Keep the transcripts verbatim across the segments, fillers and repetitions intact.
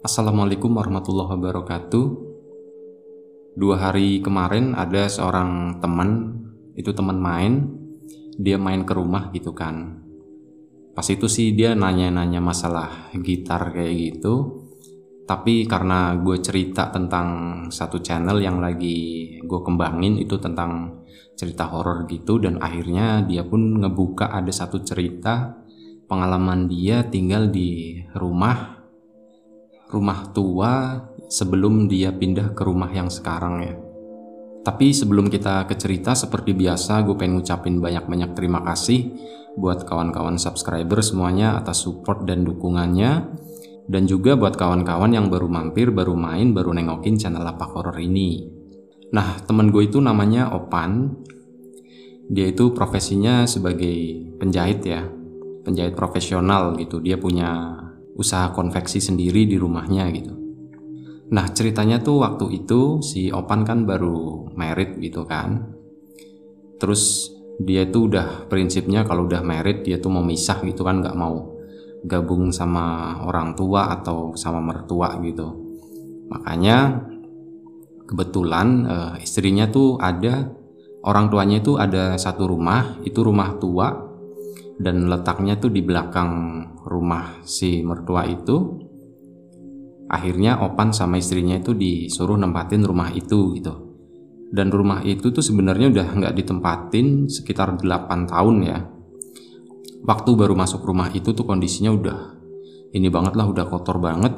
Assalamualaikum warahmatullahi wabarakatuh. Dua hari kemarin ada seorang teman, itu teman main, dia main ke rumah gitu kan. Pas itu sih dia nanya-nanya masalah gitar kayak gitu. Tapi karena gue cerita tentang satu channel yang lagi gue kembangin, itu tentang cerita horor gitu, dan akhirnya dia pun ngebuka ada satu cerita pengalaman dia tinggal di rumah rumah tua sebelum dia pindah ke rumah yang sekarang ya. Tapi sebelum kita ke cerita, seperti biasa gue pengen ngucapin banyak-banyak terima kasih buat kawan-kawan subscriber semuanya atas support dan dukungannya, dan juga buat kawan-kawan yang baru mampir, baru main, baru nengokin channel Lapak Horor ini. Nah, temen gue itu namanya Opan. Dia itu profesinya sebagai penjahit ya, penjahit profesional gitu. Dia punya usaha konveksi sendiri di rumahnya gitu. Nah, ceritanya tuh waktu itu si Opan kan baru married gitu kan. Terus dia tuh udah prinsipnya kalau udah married dia tuh mau misah gitu kan, nggak mau gabung sama orang tua atau sama mertua gitu. Makanya kebetulan uh, istrinya tuh ada, orang tuanya itu ada satu rumah, itu rumah tua, dan letaknya tuh di belakang rumah si mertua itu. Akhirnya Opan sama istrinya itu disuruh nempatin rumah itu gitu. Dan rumah itu tuh sebenarnya udah nggak ditempatin sekitar delapan tahun ya. Waktu baru masuk rumah itu tuh kondisinya udah ini banget lah, udah kotor banget,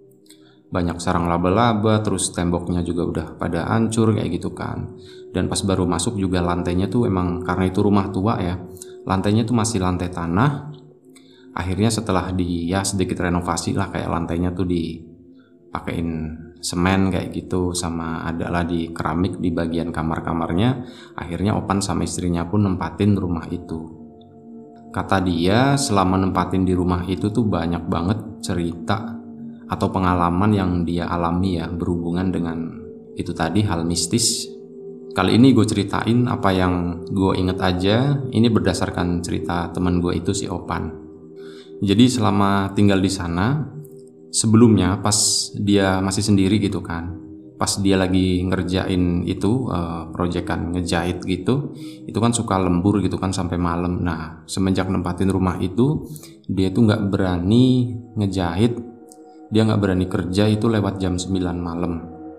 banyak sarang laba-laba, terus temboknya juga udah pada hancur kayak gitu kan. Dan pas baru masuk juga lantainya tuh emang karena itu rumah tua ya, lantainya tuh masih lantai tanah. Akhirnya setelah di ya sedikit renovasi lah, kayak lantainya tuh dipakein semen kayak gitu, sama ada lah di keramik di bagian kamar-kamarnya. Akhirnya Opan sama istrinya pun nempatin rumah itu. Kata dia selama nempatin di rumah itu tuh banyak banget cerita atau pengalaman yang dia alami ya, berhubungan dengan itu tadi, hal mistis. Kali ini gue ceritain apa yang gue inget aja. Ini berdasarkan cerita teman gue itu si Opan. Jadi selama tinggal di sana, sebelumnya pas dia masih sendiri gitu kan, pas dia lagi ngerjain itu uh, proyekan ngejahit gitu, itu kan suka lembur gitu kan sampai malam. Nah, semenjak nempatin rumah itu, dia tuh nggak berani ngejahit, dia nggak berani kerja itu lewat jam sembilan malam.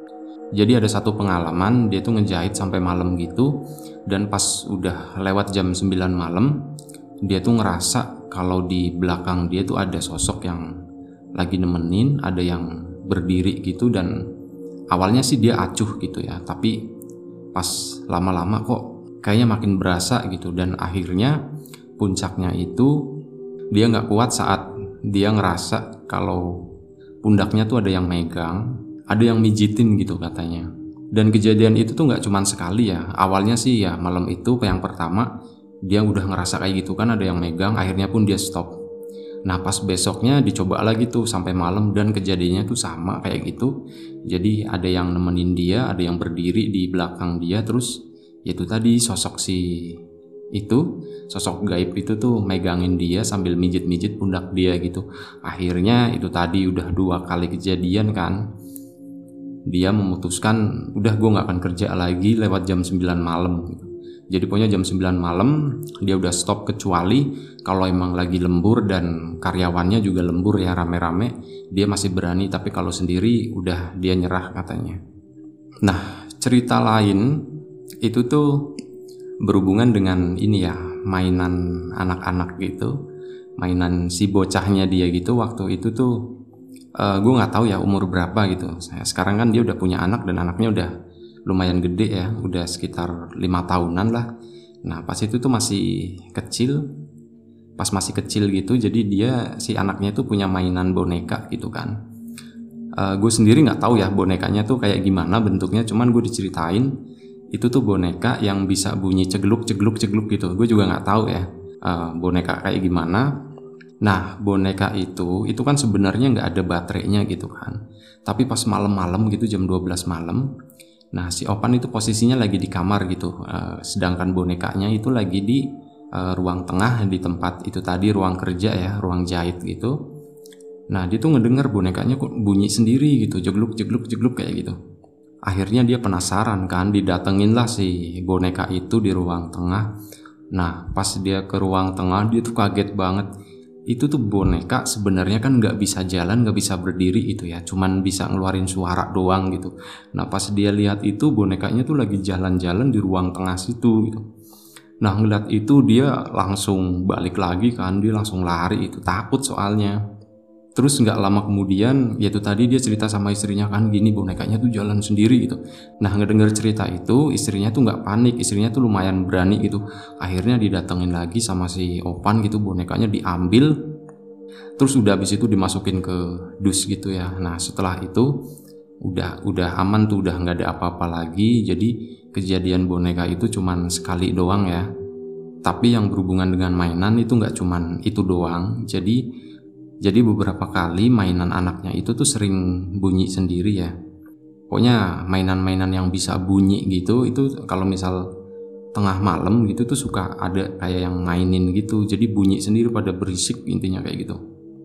Jadi ada satu pengalaman dia tuh ngejahit sampai malam gitu, dan pas udah lewat jam sembilan malam, dia tuh ngerasa kalau di belakang dia tuh ada sosok yang lagi nemenin, ada yang berdiri gitu. Dan awalnya sih dia acuh gitu ya, tapi pas lama-lama kok kayaknya makin berasa gitu. Dan akhirnya puncaknya itu dia nggak kuat saat dia ngerasa kalau pundaknya tuh ada yang megang, ada yang mijitin gitu katanya. Dan kejadian itu tuh nggak cuman sekali ya. Awalnya sih ya malam itu yang pertama dia udah ngerasa kayak gitu kan, ada yang megang, akhirnya pun dia stop. Nah, pas besoknya dicoba lagi tuh sampai malam, dan kejadiannya tuh sama kayak gitu. Jadi ada yang nemenin dia, ada yang berdiri di belakang dia, terus itu tadi sosok si itu, sosok gaib itu tuh megangin dia sambil mijit-mijit pundak dia gitu. Akhirnya itu tadi udah dua kali kejadian kan, dia memutuskan udah gue gak akan kerja lagi lewat jam sembilan malam gitu. Jadi pokoknya jam sembilan malam dia udah stop, kecuali kalau emang lagi lembur dan karyawannya juga lembur ya rame-rame, dia masih berani, tapi kalau sendiri udah dia nyerah katanya. Nah, cerita lain itu tuh berhubungan dengan ini ya, mainan anak-anak gitu, mainan si bocahnya dia gitu. Waktu itu tuh uh, gue nggak tahu ya umur berapa gitu. Saya sekarang kan dia udah punya anak, dan anaknya udah lumayan gede ya, udah sekitar lima tahunan lah. Nah, pas itu tuh masih kecil, pas masih kecil gitu, jadi dia si anaknya tuh punya mainan boneka gitu kan. Uh, gue sendiri nggak tahu ya bonekanya tuh kayak gimana bentuknya, cuman gue diceritain itu tuh boneka yang bisa bunyi cegluk cegluk cegluk gitu. Gue juga nggak tahu ya uh, boneka kayak gimana. Nah, boneka itu itu kan sebenarnya nggak ada baterainya gitu kan. Tapi pas malam-malam gitu jam dua belas malam, nah si Opan itu posisinya lagi di kamar gitu, uh, sedangkan bonekanya itu lagi di uh, ruang tengah di tempat itu tadi, ruang kerja ya, ruang jahit gitu. Nah dia tuh ngedenger bonekanya kok bunyi sendiri gitu, jegluk jegluk jegluk kayak gitu. Akhirnya dia penasaran kan, didatengin lah si boneka itu di ruang tengah. Nah pas dia ke ruang tengah dia tuh kaget banget. Itu tuh boneka sebenarnya kan nggak bisa jalan, nggak bisa berdiri itu ya, cuman bisa ngeluarin suara doang gitu. Nah pas dia lihat itu bonekanya tuh lagi jalan-jalan di ruang tengah situ gitu. Nah ngeliat itu dia langsung balik lagi kan, dia langsung lari itu, takut soalnya. Terus nggak lama kemudian, yaitu tadi dia cerita sama istrinya kan, gini bonekanya tuh jalan sendiri gitu. Nah ngedenger cerita itu, istrinya tuh nggak panik, istrinya tuh lumayan berani gitu. Akhirnya didatengin lagi sama si Opan gitu, bonekanya diambil, terus udah habis itu dimasukin ke dus gitu ya. Nah setelah itu udah udah aman tuh, udah nggak ada apa-apa lagi. Jadi kejadian boneka itu cuman sekali doang ya. Tapi yang berhubungan dengan mainan itu nggak cuman itu doang. Jadi Jadi beberapa kali mainan anaknya itu tuh sering bunyi sendiri ya. Pokoknya mainan-mainan yang bisa bunyi gitu, itu kalau misal tengah malam gitu tuh suka ada kayak yang mainin gitu. Jadi bunyi sendiri, pada berisik intinya kayak gitu.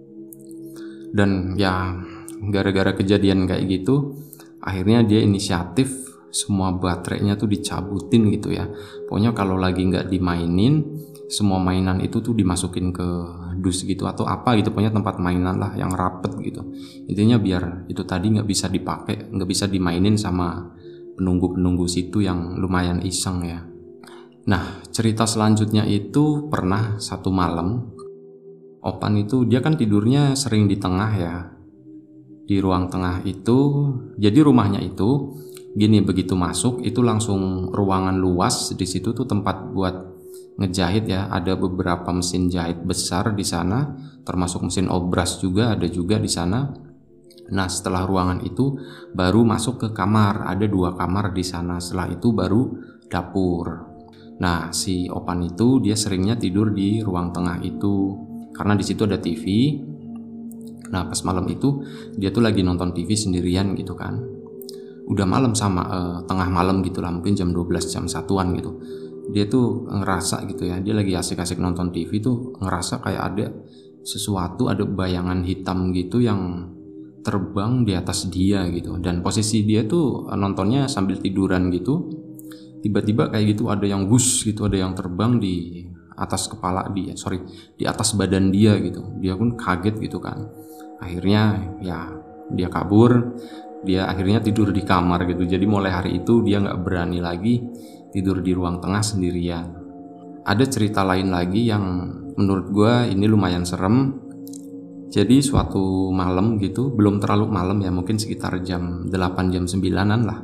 Dan ya gara-gara kejadian kayak gitu, akhirnya dia inisiatif semua baterainya tuh dicabutin gitu ya. Pokoknya kalau lagi nggak dimainin, semua mainan itu tuh dimasukin ke dus gitu atau apa gitu, pokoknya tempat mainan lah yang rapet gitu. Intinya biar itu tadi nggak bisa dipakai, nggak bisa dimainin sama penunggu-penunggu situ yang lumayan iseng ya. Nah cerita selanjutnya itu pernah satu malam Opan itu dia kan tidurnya sering di tengah ya, di ruang tengah itu. Jadi rumahnya itu gini, begitu masuk itu langsung ruangan luas, di situ tuh tempat buat ngejahit ya, ada beberapa mesin jahit besar di sana, termasuk mesin obras juga ada juga di sana. Nah setelah ruangan itu baru masuk ke kamar, ada dua kamar di sana. Setelah itu baru dapur. Nah si Opan itu dia seringnya tidur di ruang tengah itu karena di situ ada T V. Nah pas malam itu dia tuh lagi nonton T V sendirian gitu kan. Udah malam sama eh, tengah malam gitulah, mungkin jam dua belas jam satuan gitu. Dia tuh ngerasa gitu ya, dia lagi asik-asik nonton T V tuh ngerasa kayak ada sesuatu, ada bayangan hitam gitu yang terbang di atas dia gitu. Dan posisi dia tuh nontonnya sambil tiduran gitu. Tiba-tiba kayak gitu ada yang gus gitu, ada yang terbang di atas kepala dia, sorry di atas badan dia gitu. Dia pun kaget gitu kan. Akhirnya ya dia kabur, dia akhirnya tidur di kamar gitu. Jadi mulai hari itu dia nggak berani lagi tidur di ruang tengah sendirian. Ada cerita lain lagi yang menurut gue ini lumayan serem. Jadi suatu malam gitu, belum terlalu malam ya, mungkin sekitar jam delapan jam sembilanan lah.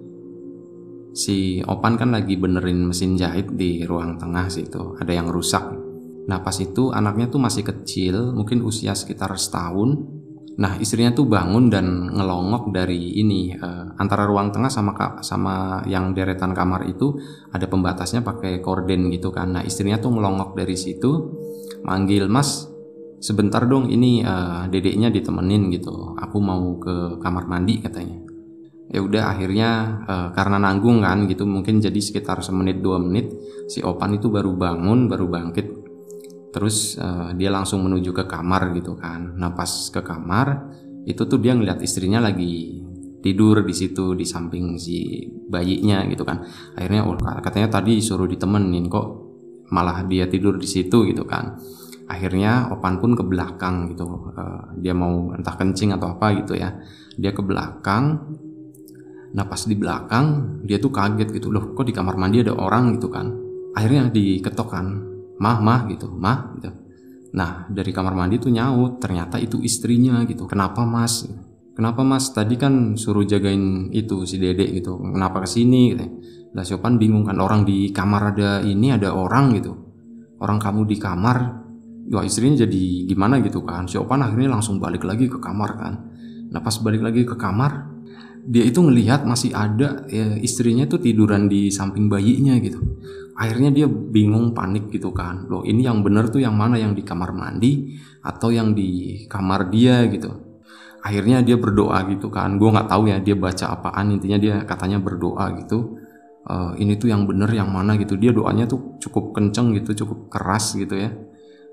Si Opan kan lagi benerin mesin jahit di ruang tengah situ, ada yang rusak. Nah pas itu anaknya tuh masih kecil, mungkin usia sekitar setahun. Nah istrinya tuh bangun dan ngelongok dari ini eh, antara ruang tengah sama sama yang deretan kamar itu ada pembatasnya pakai korden gitu kan. Nah istrinya tuh ngelongok dari situ, manggil, "Mas, sebentar dong, ini eh, dedeknya ditemenin gitu. Aku mau ke kamar mandi," katanya. Ya udah akhirnya eh, karena nanggung kan gitu, mungkin jadi sekitar semenit dua menit si Opan itu baru bangun, baru bangkit. Terus uh, dia langsung menuju ke kamar gitu kan. Nah pas ke kamar itu tuh dia ngeliat istrinya lagi tidur di situ di samping si bayinya gitu kan. Akhirnya oh, katanya tadi suruh ditemenin kok malah dia tidur di situ gitu kan. Akhirnya Opan pun ke belakang gitu. Uh, dia mau entah kencing atau apa gitu ya. Dia ke belakang. Nah pas di belakang dia tuh kaget gitu, loh kok di kamar mandi ada orang gitu kan. Akhirnya diketok kan. Mah, mah gitu, mah gitu. Nah dari kamar mandi tuh nyaut, ternyata itu istrinya gitu. "Kenapa mas? Kenapa mas? Tadi kan suruh jagain itu si dedek gitu. Kenapa kesini?" Gitu. Lah si Opan bingung kan, orang di kamar ada ini, ada orang gitu. Orang kamu di kamar. Wah istrinya jadi gimana gitu kan. Si Opan akhirnya langsung balik lagi ke kamar kan. Nah pas balik lagi ke kamar, dia itu ngelihat masih ada ya, istrinya tuh tiduran di samping bayinya gitu. Akhirnya dia bingung, panik gitu kan. Loh ini yang bener tuh yang mana, yang di kamar mandi atau yang di kamar dia gitu. Akhirnya dia berdoa gitu kan. Gue nggak tahu ya dia baca apaan, intinya dia katanya berdoa gitu. E, ini tuh yang bener yang mana gitu. Dia doanya tuh cukup kenceng gitu, cukup keras gitu ya.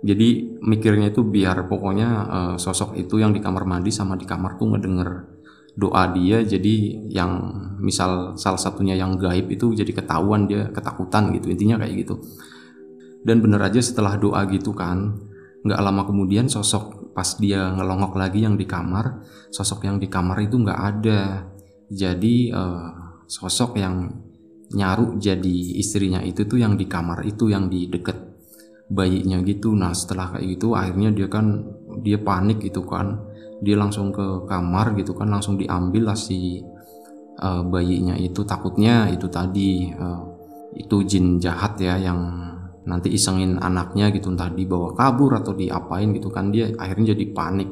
Jadi mikirnya itu biar pokoknya uh, sosok itu yang di kamar mandi sama di kamar tuh ngedenger doa dia, jadi yang misal salah satunya yang gaib itu jadi ketahuan, dia ketakutan gitu, intinya kayak gitu. Dan bener aja setelah doa gitu kan, nggak lama kemudian sosok pas dia ngelongok lagi yang di kamar, sosok yang di kamar itu nggak ada. Jadi uh, sosok yang nyaru jadi istrinya itu tuh yang di kamar itu, yang di deket bayinya gitu. Nah setelah kayak gitu akhirnya dia kan dia panik gitu kan, dia langsung ke kamar gitu kan, langsung diambil lah si uh, bayinya itu. Takutnya itu tadi uh, itu jin jahat ya yang nanti isengin anaknya gitu, entah dibawa kabur atau diapain gitu kan. Dia akhirnya jadi panik.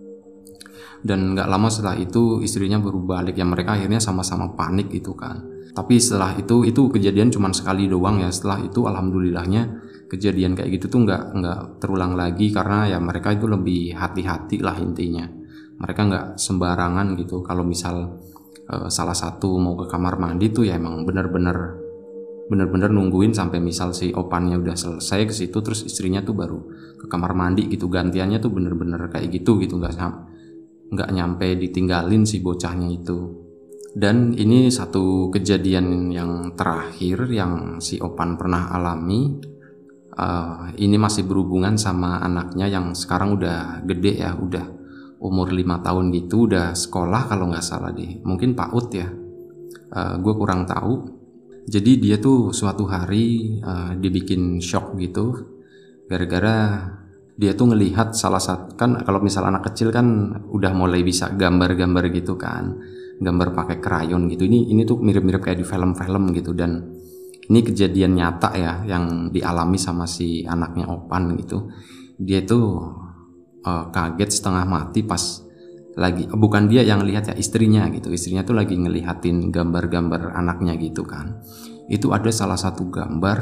Dan gak lama setelah itu istrinya baru balik ya, mereka akhirnya sama-sama panik gitu kan. Tapi setelah itu itu kejadian cuma sekali doang ya. Setelah itu alhamdulillahnya kejadian kayak gitu tuh nggak nggak terulang lagi, karena ya mereka itu lebih hati-hati lah intinya. Mereka nggak sembarangan gitu. Kalau misal uh, salah satu mau ke kamar mandi tuh ya emang bener-bener bener-bener nungguin sampai misal si opannya udah selesai ke situ, terus istrinya tuh baru ke kamar mandi gitu. Gantiannya tuh bener-bener kayak gitu gitu, nggak nggak nyampe ditinggalin si bocahnya itu. Dan ini satu kejadian yang terakhir yang si Opan pernah alami. Uh, ini masih berhubungan sama anaknya yang sekarang udah gede ya, udah umur lima tahun gitu, udah sekolah kalau nggak salah deh, mungkin PAUD ya, uh, gue kurang tahu. Jadi dia tuh suatu hari uh, dibikin shock gitu, gara-gara dia tuh ngelihat salah satu, kan kalau misal anak kecil kan udah mulai bisa gambar-gambar gitu kan, gambar pakai krayon gitu. Ini ini tuh mirip-mirip kayak di film-film gitu, dan ini kejadian nyata ya yang dialami sama si anaknya Opan gitu. Dia tuh uh, kaget setengah mati pas lagi, bukan dia yang lihat ya, istrinya gitu. Istrinya tuh lagi ngelihatin gambar-gambar anaknya gitu kan. Itu ada salah satu gambar.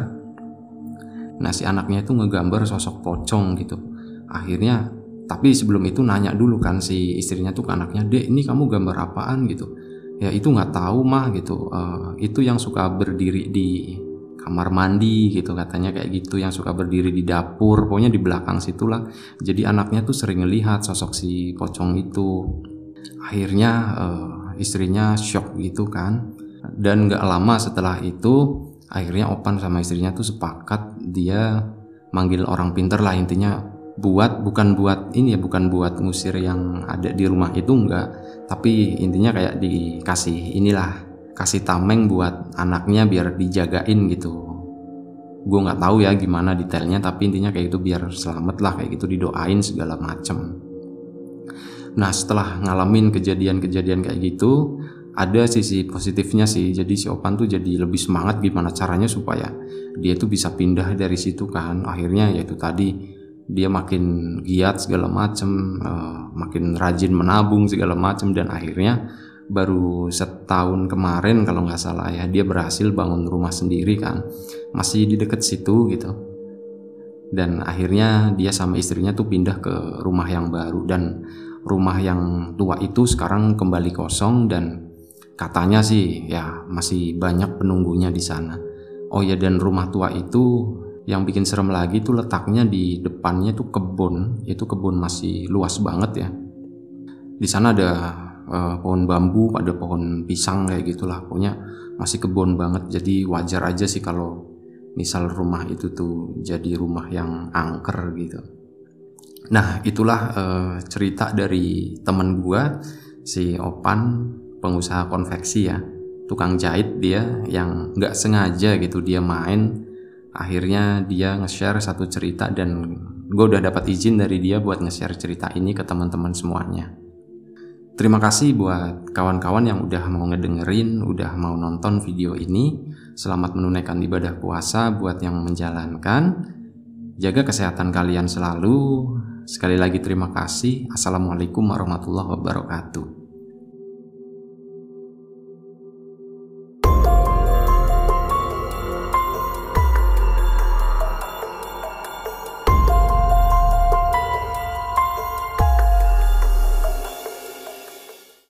Nah si anaknya itu ngegambar sosok pocong gitu. Akhirnya, tapi sebelum itu nanya dulu kan si istrinya tuh ke anaknya, "Dek, ini kamu gambar apaan?" gitu. "Ya itu nggak tahu mah," gitu. Uh, itu yang suka berdiri di kamar mandi gitu, katanya kayak gitu, yang suka berdiri di dapur, pokoknya di belakang situlah. Jadi anaknya tuh sering ngelihat sosok si pocong itu. Akhirnya uh, istrinya shock gitu kan. Dan nggak lama setelah itu akhirnya Opan sama istrinya tuh sepakat dia manggil orang pinter lah intinya, buat bukan buat ini ya, bukan buat ngusir yang ada di rumah itu enggak, tapi intinya kayak dikasih inilah, kasih tameng buat anaknya biar dijagain gitu. Gue nggak tahu ya gimana detailnya, tapi intinya kayak itu biar selamat lah, kayak gitu didoain segala macem. Nah setelah ngalamin kejadian-kejadian kayak gitu, ada sisi positifnya sih. Jadi si Opan tuh jadi lebih semangat gimana caranya supaya dia tuh bisa pindah dari situ kan. Akhirnya yaitu tadi dia makin giat segala macem, uh, makin rajin menabung segala macem, dan akhirnya baru setahun kemarin kalau nggak salah ya dia berhasil bangun rumah sendiri kan, masih di deket situ gitu. Dan akhirnya dia sama istrinya tuh pindah ke rumah yang baru, dan rumah yang tua itu sekarang kembali kosong, dan katanya sih ya masih banyak penunggunya di sana. Oh ya, dan rumah tua itu yang bikin serem lagi tuh letaknya di depannya tuh kebun, itu kebun masih luas banget ya. Di sana ada uh, pohon bambu, ada pohon pisang kayak gitulah, pokoknya masih kebun banget. Jadi wajar aja sih kalau misal rumah itu tuh jadi rumah yang angker gitu. Nah itulah uh, cerita dari temen gua si Opan, pengusaha konveksi ya, tukang jahit dia, yang nggak sengaja gitu dia main. Akhirnya dia nge-share satu cerita, dan gue udah dapat izin dari dia buat nge-share cerita ini ke teman-teman semuanya. Terima kasih buat kawan-kawan yang udah mau ngedengerin, udah mau nonton video ini. Selamat menunaikan ibadah puasa buat yang menjalankan. Jaga kesehatan kalian selalu. Sekali lagi terima kasih. Assalamualaikum warahmatullahi wabarakatuh.